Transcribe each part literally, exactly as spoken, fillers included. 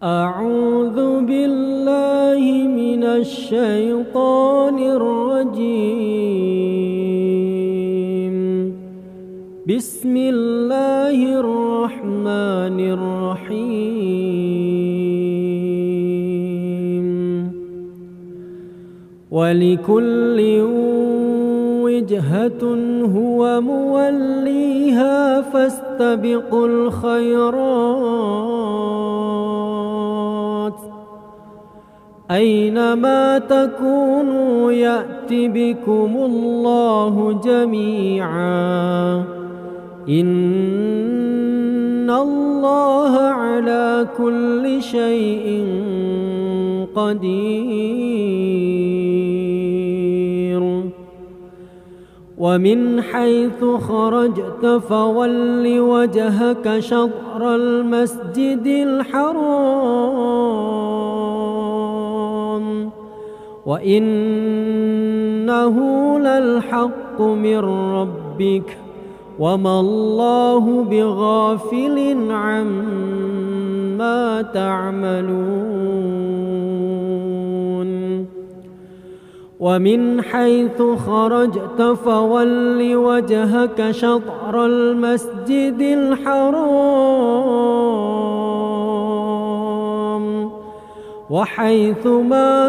أعوذ بالله من الشيطان الرجيم. بسم الله الرحمن الرحيم. ولكل وجهة هو موليها فاستبقوا الخيرات أينما تكونوا يأت بكم الله جميعا إن الله على كل شيء قدير. ومن حيث خرجت فول وجهك شطر المسجد الحرام وإنه للحق من ربك وما الله بغافل عما تعملون. ومن حيث خرجت فول وجهك شطر المسجد الحرام وحيث ما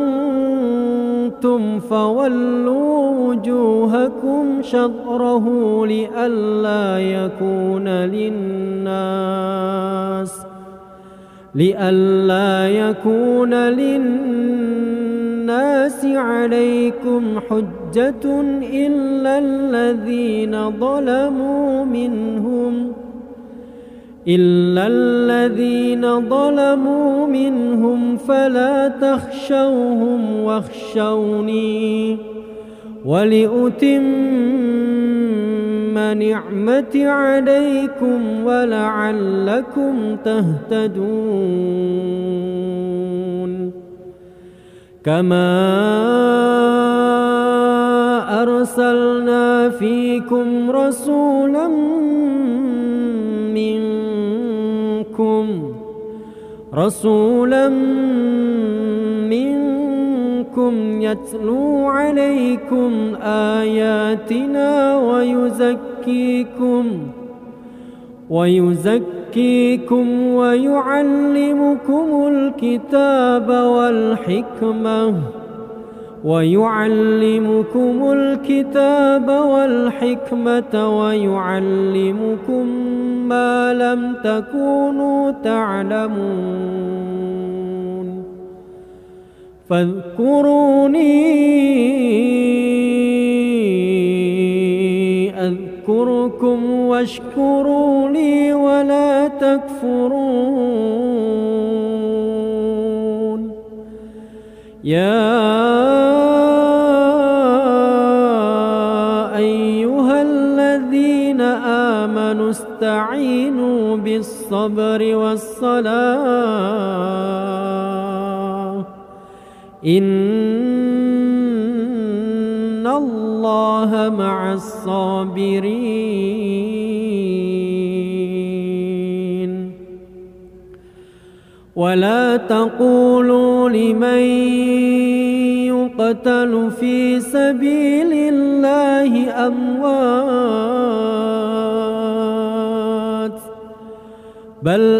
كنتم فولوا وجوهكم شطره لئلا يكون للناس لئلا يكون للناس عليكم حجة إلا الذين ظلموا منهم إلا الذين ظلموا منهم فلا تخشوهم واخشوني ولأتم نعمتي عليكم ولعلكم تهتدون. كما أرسلنا فيكم رسولا منكم رسولا منكم يتلو عليكم آياتنا ويزكيكم ويزكيكم ويعلمكم الكتاب والحكمة ويعلمكم الكتاب والحكمة ويعلمكم ما لم تكونوا تعلمون. فاذكروني أذكركم واشكروا لي ولا تكفرون. يا أيها الذين آمنوا استعينوا بالصبر والصلاة إن الله مع الصابرين. ولا تقولوا لمن يقتل في سبيل الله أموات بل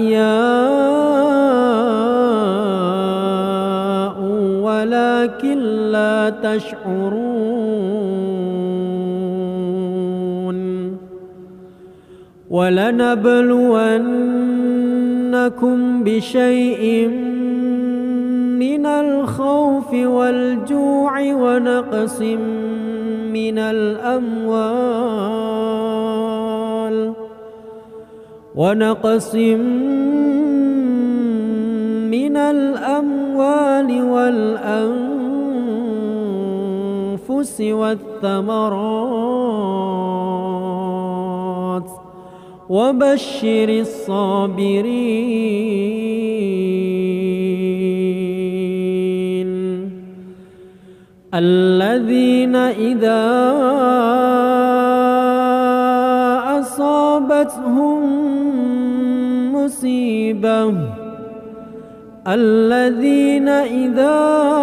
أحياء ولكن لا تشعرون. ولنبلونكم بشيء من الخوف والجوع ونقص من الأموال ونقص من الأموال والأنفس والثمرات وبشر الصابرين الذين إذا أصابتهم مصيبة الذين إذا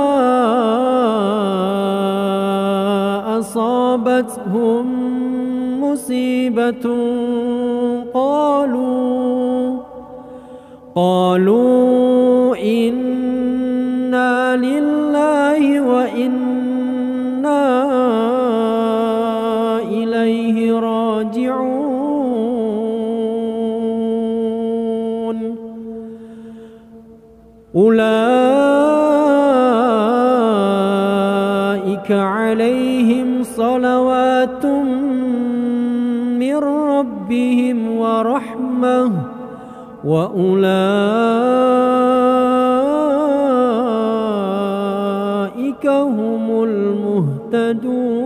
أصابتهم مصيبة قالوا قالوا إنا لله وإنا إليه راجعون أولئك عليهم صلوات من ربهم ورحمة وأولئك هم المهتدون.